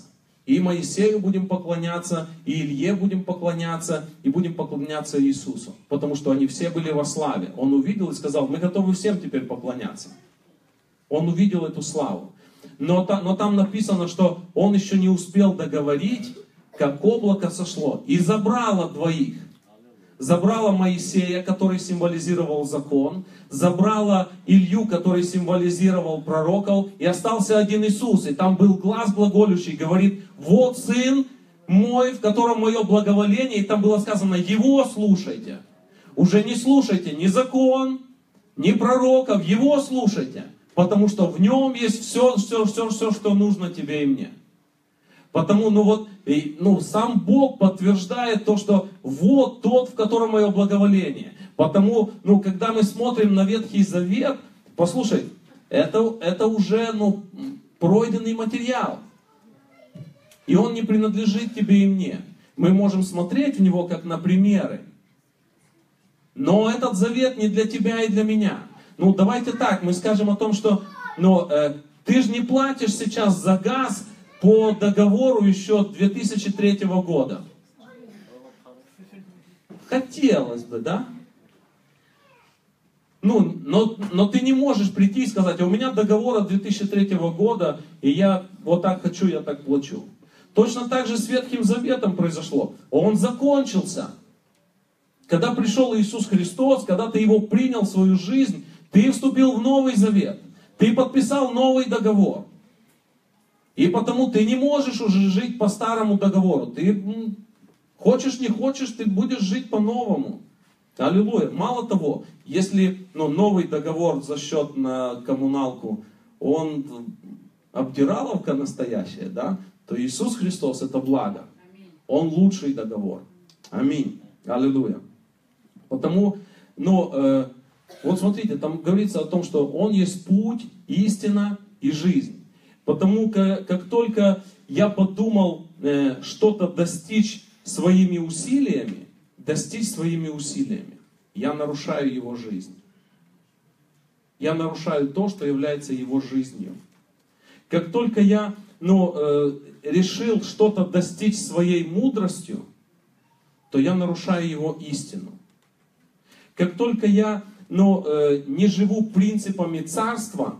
И Моисею будем поклоняться, и Илье будем поклоняться, и будем поклоняться Иисусу. Потому что они все были во славе. Он увидел и сказал, мы готовы всем теперь поклоняться. Он увидел эту славу. Но, но там написано, что он еще не успел договорить, как облако сошло и забрало двоих. Забрала Моисея, который символизировал закон, забрала Илью, который символизировал пророков, и остался один Иисус. И там был глас глаголющий, говорит, вот Сын мой, в котором мое благоволение, и там было сказано, Его слушайте. Уже не слушайте ни закон, ни пророков, Его слушайте, потому что в Нем есть все, все, все, все, что нужно тебе и мне. Потому, ну вот, ну, сам Бог подтверждает то, что вот тот, в котором мое благоволение. Потому, ну, когда мы смотрим на Ветхий Завет, послушай, это, это уже, ну, пройденный материал. И он не принадлежит тебе и мне. Мы можем смотреть в него как на примеры. Но этот завет не для тебя и для меня. Ну, давайте так, мы скажем о том, что, ну, э, ты же не платишь сейчас за газ по договору еще две тысячи третьего года. Хотелось бы, да? Ну, но, но ты не можешь прийти и сказать, а у меня договор от две тысячи третьего года, и я вот так хочу, я так плачу. Точно так же с Ветхим Заветом произошло. Он закончился. Когда пришел Иисус Христос, когда ты Его принял в свою жизнь, ты вступил в Новый Завет. Ты подписал новый договор. И потому ты не можешь уже жить по старому договору. Ты хочешь, не хочешь, ты будешь жить по-новому. Аллилуйя. Мало того, если ну, новый договор за счет на коммуналку, он обдираловка настоящая, да, то Иисус Христос это благо. Он лучший договор. Аминь. Аллилуйя. Потому, ну, э, вот смотрите, там говорится о том, что Он есть путь, истина и жизнь. Потому как, как только я подумал э, что-то достичь своими усилиями, достичь своими усилиями, я нарушаю Его жизнь. Я нарушаю то, что является Его жизнью. Как только я ну, э, решил что-то достичь своей мудростью, то я нарушаю Его истину. Как только я ну, э, не живу принципами царства,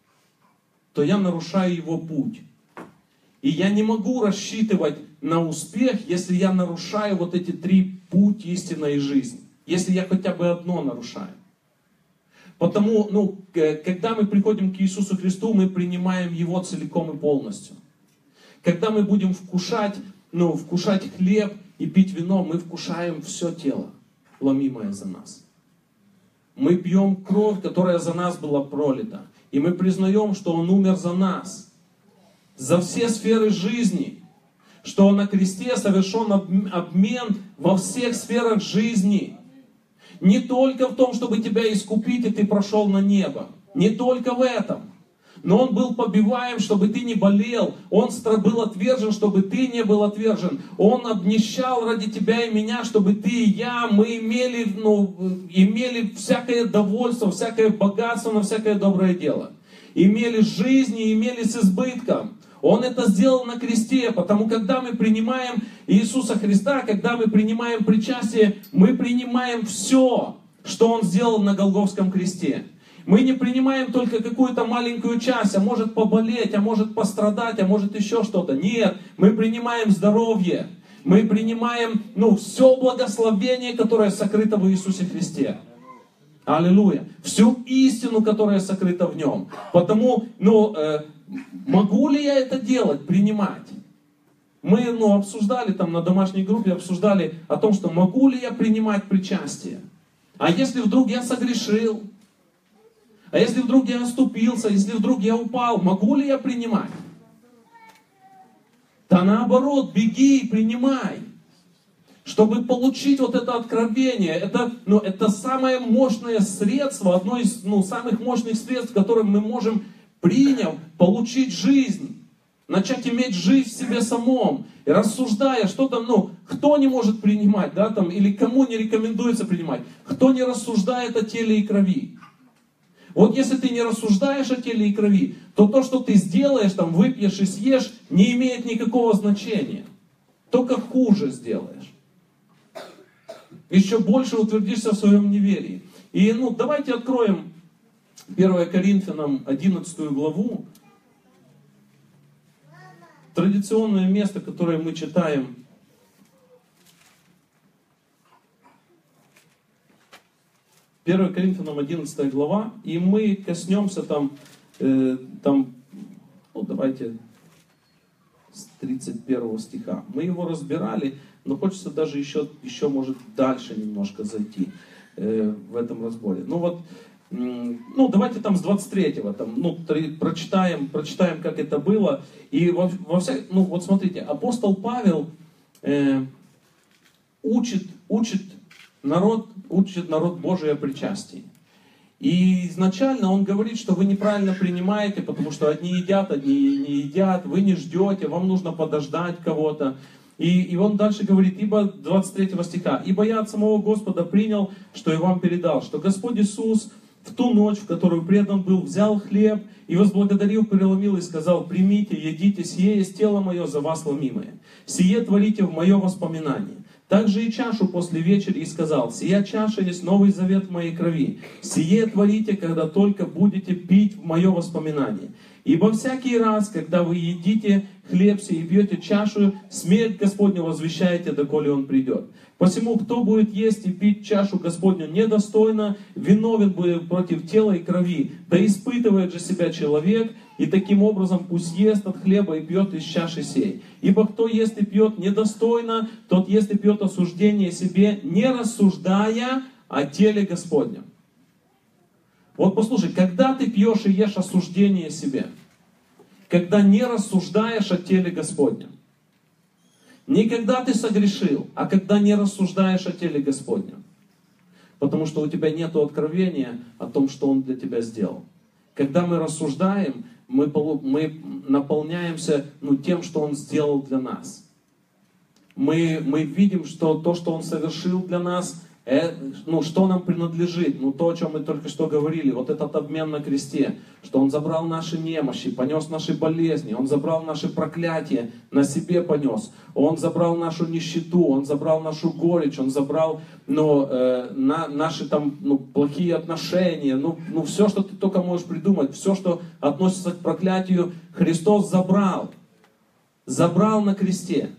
то я нарушаю Его путь. И я не могу рассчитывать на успех, если я нарушаю вот эти три путь, истина и жизнь. Если я хотя бы одно нарушаю. Потому, ну, когда мы приходим к Иисусу Христу, мы принимаем Его целиком и полностью. Когда мы будем вкушать, ну, вкушать хлеб и пить вино, мы вкушаем все тело, ломимое за нас. Мы пьем кровь, которая за нас была пролита. И мы признаем, что Он умер за нас, за все сферы жизни, что на кресте совершен обмен во всех сферах жизни. Не только в том, чтобы тебя искупить, и ты прошел на небо. Не только в этом. Но Он был побиваем, чтобы ты не болел. Он был отвержен, чтобы ты не был отвержен. Он обнищал ради тебя и меня, чтобы ты и я, мы имели, ну, имели всякое довольство, всякое богатство на всякое доброе дело. Имели жизнь и имели с избытком. Он это сделал на кресте, потому когда мы принимаем Иисуса Христа, когда мы принимаем причастие, мы принимаем все, что Он сделал на Голгофском кресте. Мы не принимаем только какую-то маленькую часть, а может поболеть, а может пострадать, а может еще что-то. Нет, мы принимаем здоровье. Мы принимаем, ну, все благословение, которое сокрыто в Иисусе Христе. Аллилуйя. Всю истину, которая сокрыта в Нем. Потому, ну, э, могу ли я это делать, принимать? Мы, ну, обсуждали там на домашней группе, обсуждали о том, что могу ли я принимать причастие? А если вдруг я согрешил? А если вдруг я оступился, если вдруг я упал, могу ли я принимать? Да наоборот, беги и принимай. Чтобы получить вот это откровение, это, ну, это самое мощное средство, одно из ну, самых мощных средств, которым мы можем, приняв, получить жизнь. Начать иметь жизнь в себе самом. И рассуждая, что там, ну, кто не может принимать, да, там, или кому не рекомендуется принимать. Кто не рассуждает о теле и крови. Вот если ты не рассуждаешь о теле и крови, то то, что ты сделаешь, там, выпьешь и съешь, не имеет никакого значения. Только хуже сделаешь. Еще больше утвердишься в своем неверии. И ну, давайте откроем первое Коринфянам одиннадцатую главу. Традиционное место, которое мы читаем. первое Коринфянам одиннадцатая глава. И мы коснемся там, э, там ну давайте, с тридцать первого стиха. Мы его разбирали, но хочется даже еще, еще может, дальше немножко зайти э, в этом разборе. Ну вот, ну давайте там с двадцать третьего, там, ну, три, прочитаем, прочитаем, как это было. И во, во вся, ну вот смотрите, апостол Павел э, учит, учит народ, учит народ Божий о причастии. И изначально он говорит, что вы неправильно принимаете, потому что одни едят, одни не едят, вы не ждете, вам нужно подождать кого-то. И, и он дальше говорит, ибо двадцать третьего стиха, «Ибо я от самого Господа принял, что и вам передал, что Господь Иисус в ту ночь, в которую предан был, взял хлеб и возблагодарил, переломил и сказал, примите, едите, сие есть тело мое за вас ломимое. Сие творите в мое воспоминание. Также и чашу после вечери и сказал, сия чаша есть новый завет в моей крови. Сие творите, когда только будете пить в мое воспоминание. Ибо всякий раз, когда вы едите хлеб сей и пьете чашу, смерть Господню возвещаете, доколе он придет. Посему, кто будет есть и пить чашу Господню недостойно, виновен будет против тела и крови. Да испытывает же себя человек, и таким образом пусть ест от хлеба и пьет из чаши сей. Ибо кто ест и пьет недостойно, тот ест и пьет осуждение себе, не рассуждая о теле Господнем». Вот послушай, когда ты пьешь и ешь осуждение себе, когда не рассуждаешь о теле Господнем, не когда ты согрешил, а когда не рассуждаешь о теле Господнем, потому что у тебя нет откровения о том, что Он для тебя сделал. Когда мы рассуждаем, мы, мы наполняемся ну, тем, что Он сделал для нас. Мы, мы видим, что то, что Он совершил для нас, э, ну, что нам принадлежит, ну, то, о чем мы только что говорили, вот этот обмен на кресте, что Он забрал наши немощи, понес наши болезни, Он забрал наши проклятия, на себе понес, Он забрал нашу нищету, Он забрал нашу горечь, Он забрал ну, э, на, наши там, ну, плохие отношения, ну, ну, все, что ты только можешь придумать, все, что относится к проклятию, Христос забрал, забрал на кресте.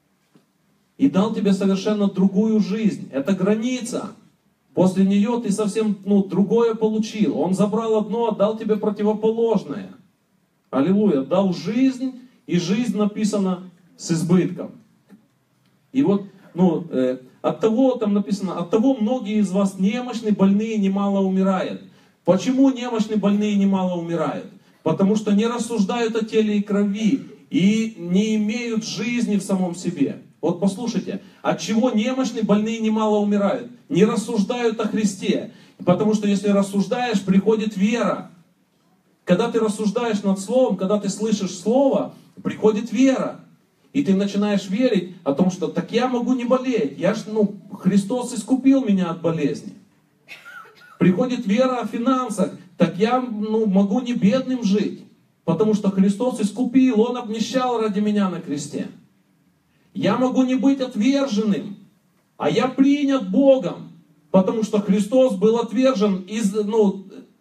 И дал тебе совершенно другую жизнь. Это граница. После нее ты совсем ну, другое получил. Он забрал одно, отдал тебе противоположное. Аллилуйя. Дал жизнь, и жизнь написана с избытком. И вот, ну, э, от того, там написано, от того многие из вас немощны, больные, немало умирают. Почему немощны, больные, немало умирают? Потому что не рассуждают о теле и крови, и не имеют жизни в самом себе. Вот послушайте, от чего немощные, больные немало умирают? Не рассуждают о Христе. Потому что если рассуждаешь, приходит вера. Когда ты рассуждаешь над Словом, когда ты слышишь Слово, приходит вера. И ты начинаешь верить о том, что так я могу не болеть. Я ж, ну, Христос искупил меня от болезни. Приходит вера о финансах. Так я ну, могу не бедным жить. Потому что Христос искупил, Он обнищал ради меня на кресте. Я могу не быть отверженным, а я принят Богом, потому что Христос был отвержен, из, ну,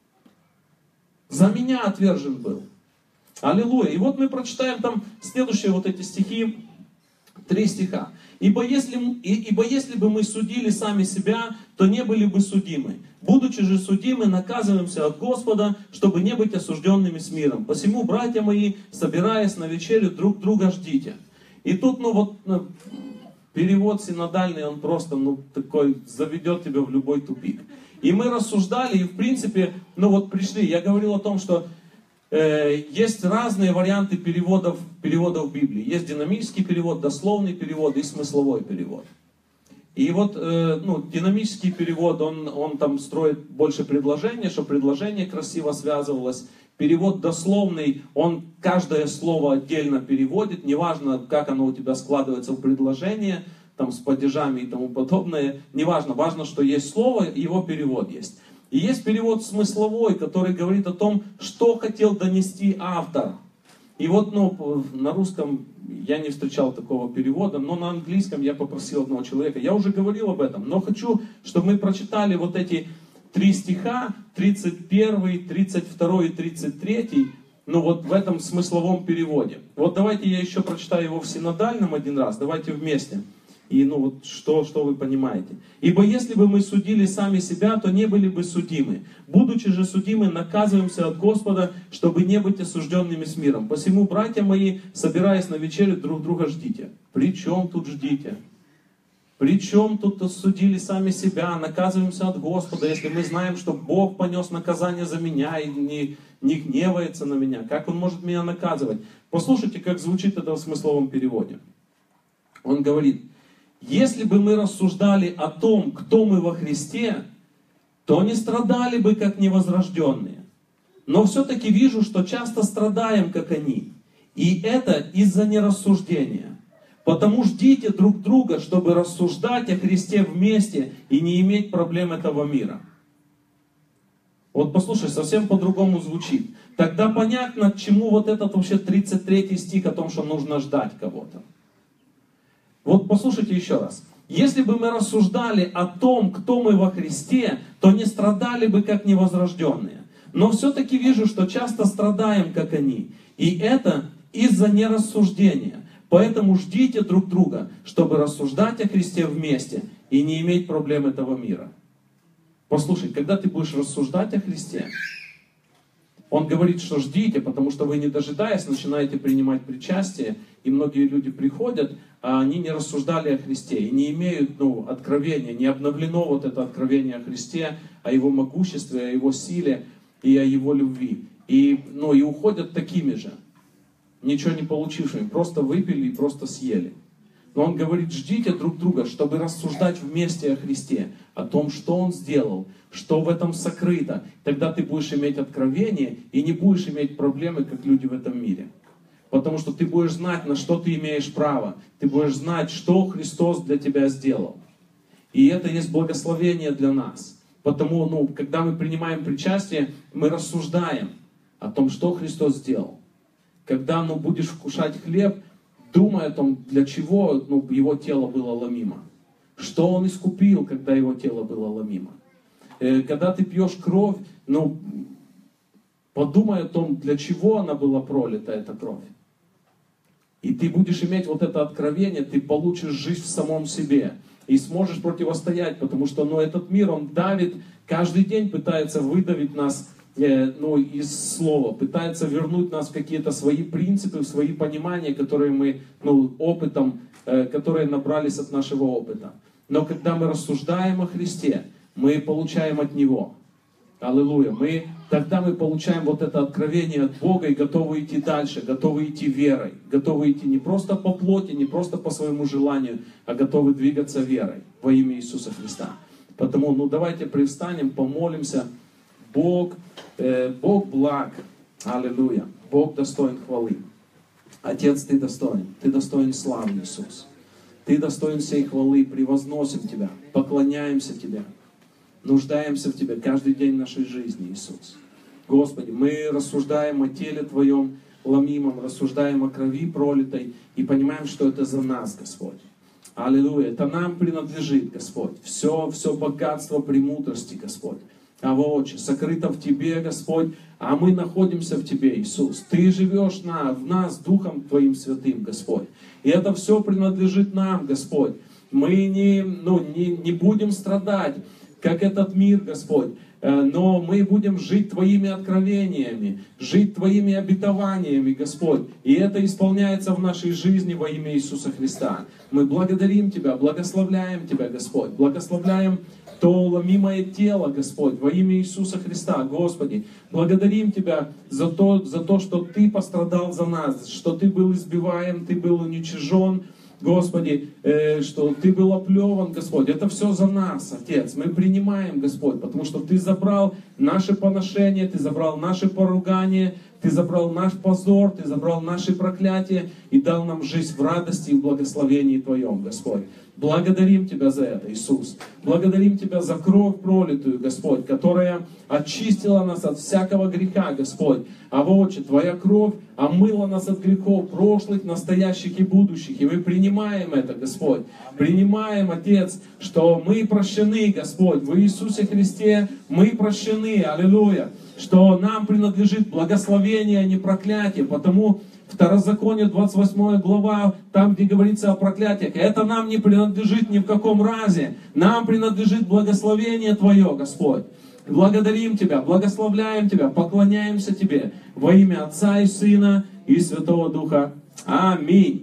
за меня отвержен был. Аллилуйя. И вот мы прочитаем там следующие вот эти стихи, три стиха. Ибо если, ибо если бы мы судили сами себя, то не были бы судимы. Будучи же судимы, наказываемся от Господа, чтобы не быть осужденными с миром. Посему, братья мои, собираясь на вечерю, друг друга ждите. И тут, ну вот, ну, перевод синодальный, он просто, ну, такой, заведет тебя в любой тупик. И мы рассуждали, и в принципе, ну вот пришли, я говорил о том, что э, есть разные варианты переводов, переводов Библии. Есть динамический перевод, дословный перевод и смысловой перевод. И вот, э, ну, динамический перевод, он, он там строит больше предложения, чтобы предложение красиво связывалось. Перевод дословный, он каждое слово отдельно переводит, неважно, как оно у тебя складывается в предложение, там с падежами и тому подобное, неважно, важно, что есть слово, его перевод есть. И есть перевод смысловой, который говорит о том, что хотел донести автор. И вот, ну, на русском я не встречал такого перевода, но на английском я попросил одного человека. Я уже говорил об этом, но хочу, чтобы мы прочитали вот эти три стиха, тридцать первый, тридцать второй и тридцать третий, ну вот в этом смысловом переводе. Вот давайте я еще прочитаю его в синодальном один раз, давайте вместе. И ну вот что, что вы понимаете. «Ибо если бы мы судили сами себя, то не были бы судимы. Будучи же судимы, наказываемся от Господа, чтобы не быть осужденными с миром. Посему, братья мои, собираясь на вечерю, друг друга ждите». При чем тут ждите? При чем тут судили сами себя, наказываемся от Господа, если мы знаем, что Бог понес наказание за меня и не, не гневается на меня? Как Он может меня наказывать? Послушайте, как звучит это в смысловом переводе. Он говорит: «Если бы мы рассуждали о том, кто мы во Христе, то не страдали бы, как невозрожденные. Но все-таки вижу, что часто страдаем, как они. И это из-за нерассуждения. Потому ждите друг друга, чтобы рассуждать о Христе вместе и не иметь проблем этого мира». Вот послушай, совсем по-другому звучит. Тогда понятно, к чему вот этот вообще тридцать третий стих о том, что нужно ждать кого-то. Вот послушайте еще раз. Если бы мы рассуждали о том, кто мы во Христе, то не страдали бы, как невозрожденные. Но все-таки вижу, что часто страдаем, как они. И это из-за нерассуждения. Поэтому ждите друг друга, чтобы рассуждать о Христе вместе и не иметь проблем этого мира. Послушай, когда ты будешь рассуждать о Христе, Он говорит, что ждите, потому что вы, не дожидаясь, начинаете принимать причастие, и многие люди приходят, а они не рассуждали о Христе, и не имеют ну, откровения, не обновлено вот это откровение о Христе, о Его могуществе, о Его силе и о Его любви. И, ну, и уходят такими же, ничего не получившими, просто выпили и просто съели. Но Он говорит, ждите друг друга, чтобы рассуждать вместе о Христе, о том, что Он сделал, что в этом сокрыто. Тогда ты будешь иметь откровение и не будешь иметь проблемы, как люди в этом мире. Потому что ты будешь знать, на что ты имеешь право. Ты будешь знать, что Христос для тебя сделал. И это есть благословение для нас. Потому, ну, когда мы принимаем причастие, мы рассуждаем о том, что Христос сделал. Когда, ну, будешь вкушать хлеб, думай о том, для чего, ну, Его тело было ломимо. Что Он искупил, когда Его тело было ломимо. Э, когда ты пьешь кровь, ну, подумай о том, для чего она была пролита, эта кровь. И ты будешь иметь вот это откровение, ты получишь жизнь в самом себе. И сможешь противостоять, потому что ну, этот мир, он давит, каждый день пытается выдавить нас э, ну, из слова, пытается вернуть нас в какие-то свои принципы, в свои понимания, которые мы ну, опытом, э, которые набрались от нашего опыта. Но когда мы рассуждаем о Христе, мы получаем от Него. Аллилуйя. Мы, тогда мы получаем вот это откровение от Бога и готовы идти дальше, готовы идти верой, готовы идти не просто по плоти, не просто по своему желанию, а готовы двигаться верой во имя Иисуса Христа. Потому, ну давайте привстанем, помолимся. Бог, э, Бог благ. Аллилуйя. Бог достоин хвалы. Отец, Ты достоин. Ты достоин славы, Иисус. Ты достоин всей хвалы. Превозносим Тебя, поклоняемся Тебе. Нуждаемся в Тебе каждый день нашей жизни, Иисус. Господи, мы рассуждаем о теле Твоем ломимом, рассуждаем о крови пролитой и понимаем, что это за нас, Господь. Аллилуйя. Это нам принадлежит, Господь. Все, все богатство премудрости, Господь. А Отче, сокрыто в Тебе, Господь, а мы находимся в Тебе, Иисус. Ты живешь на, в нас Духом Твоим Святым, Господь. И это все принадлежит нам, Господь. Мы не, ну, не, не будем страдать, как этот мир, Господь. Но мы будем жить Твоими откровениями, жить Твоими обетованиями, Господь. И это исполняется в нашей жизни во имя Иисуса Христа. Мы благодарим Тебя, благословляем Тебя, Господь. Благословляем то ломимое тело, Господь, во имя Иисуса Христа, Господи. Благодарим Тебя за то, за то, что Ты пострадал за нас, что Ты был избиваем, Ты был уничижен, Господи, э, что Ты был оплеван, Господь. Это все за нас, Отец. Мы принимаем, Господь, потому что Ты забрал наши поношения, Ты забрал наши поругания, Ты забрал наш позор, Ты забрал наши проклятия и дал нам жизнь в радости и в благословении Твоем, Господь. Благодарим Тебя за это, Иисус. Благодарим Тебя за кровь пролитую, Господь, которая очистила нас от всякого греха, Господь. А Отче, Твоя кровь омыла нас от грехов прошлых, настоящих и будущих. И мы принимаем это, Господь. Принимаем, Отец, что мы прощены, Господь. В Иисусе Христе мы прощены. Аллилуйя. Что нам принадлежит благословение, а не проклятие. Потому Второзаконие, двадцать восьмая глава, там, где говорится о проклятиях, это нам не принадлежит ни в каком разе. Нам принадлежит благословение Твое, Господь. Благодарим Тебя, благословляем Тебя, поклоняемся Тебе во имя Отца и Сына и Святого Духа. Аминь.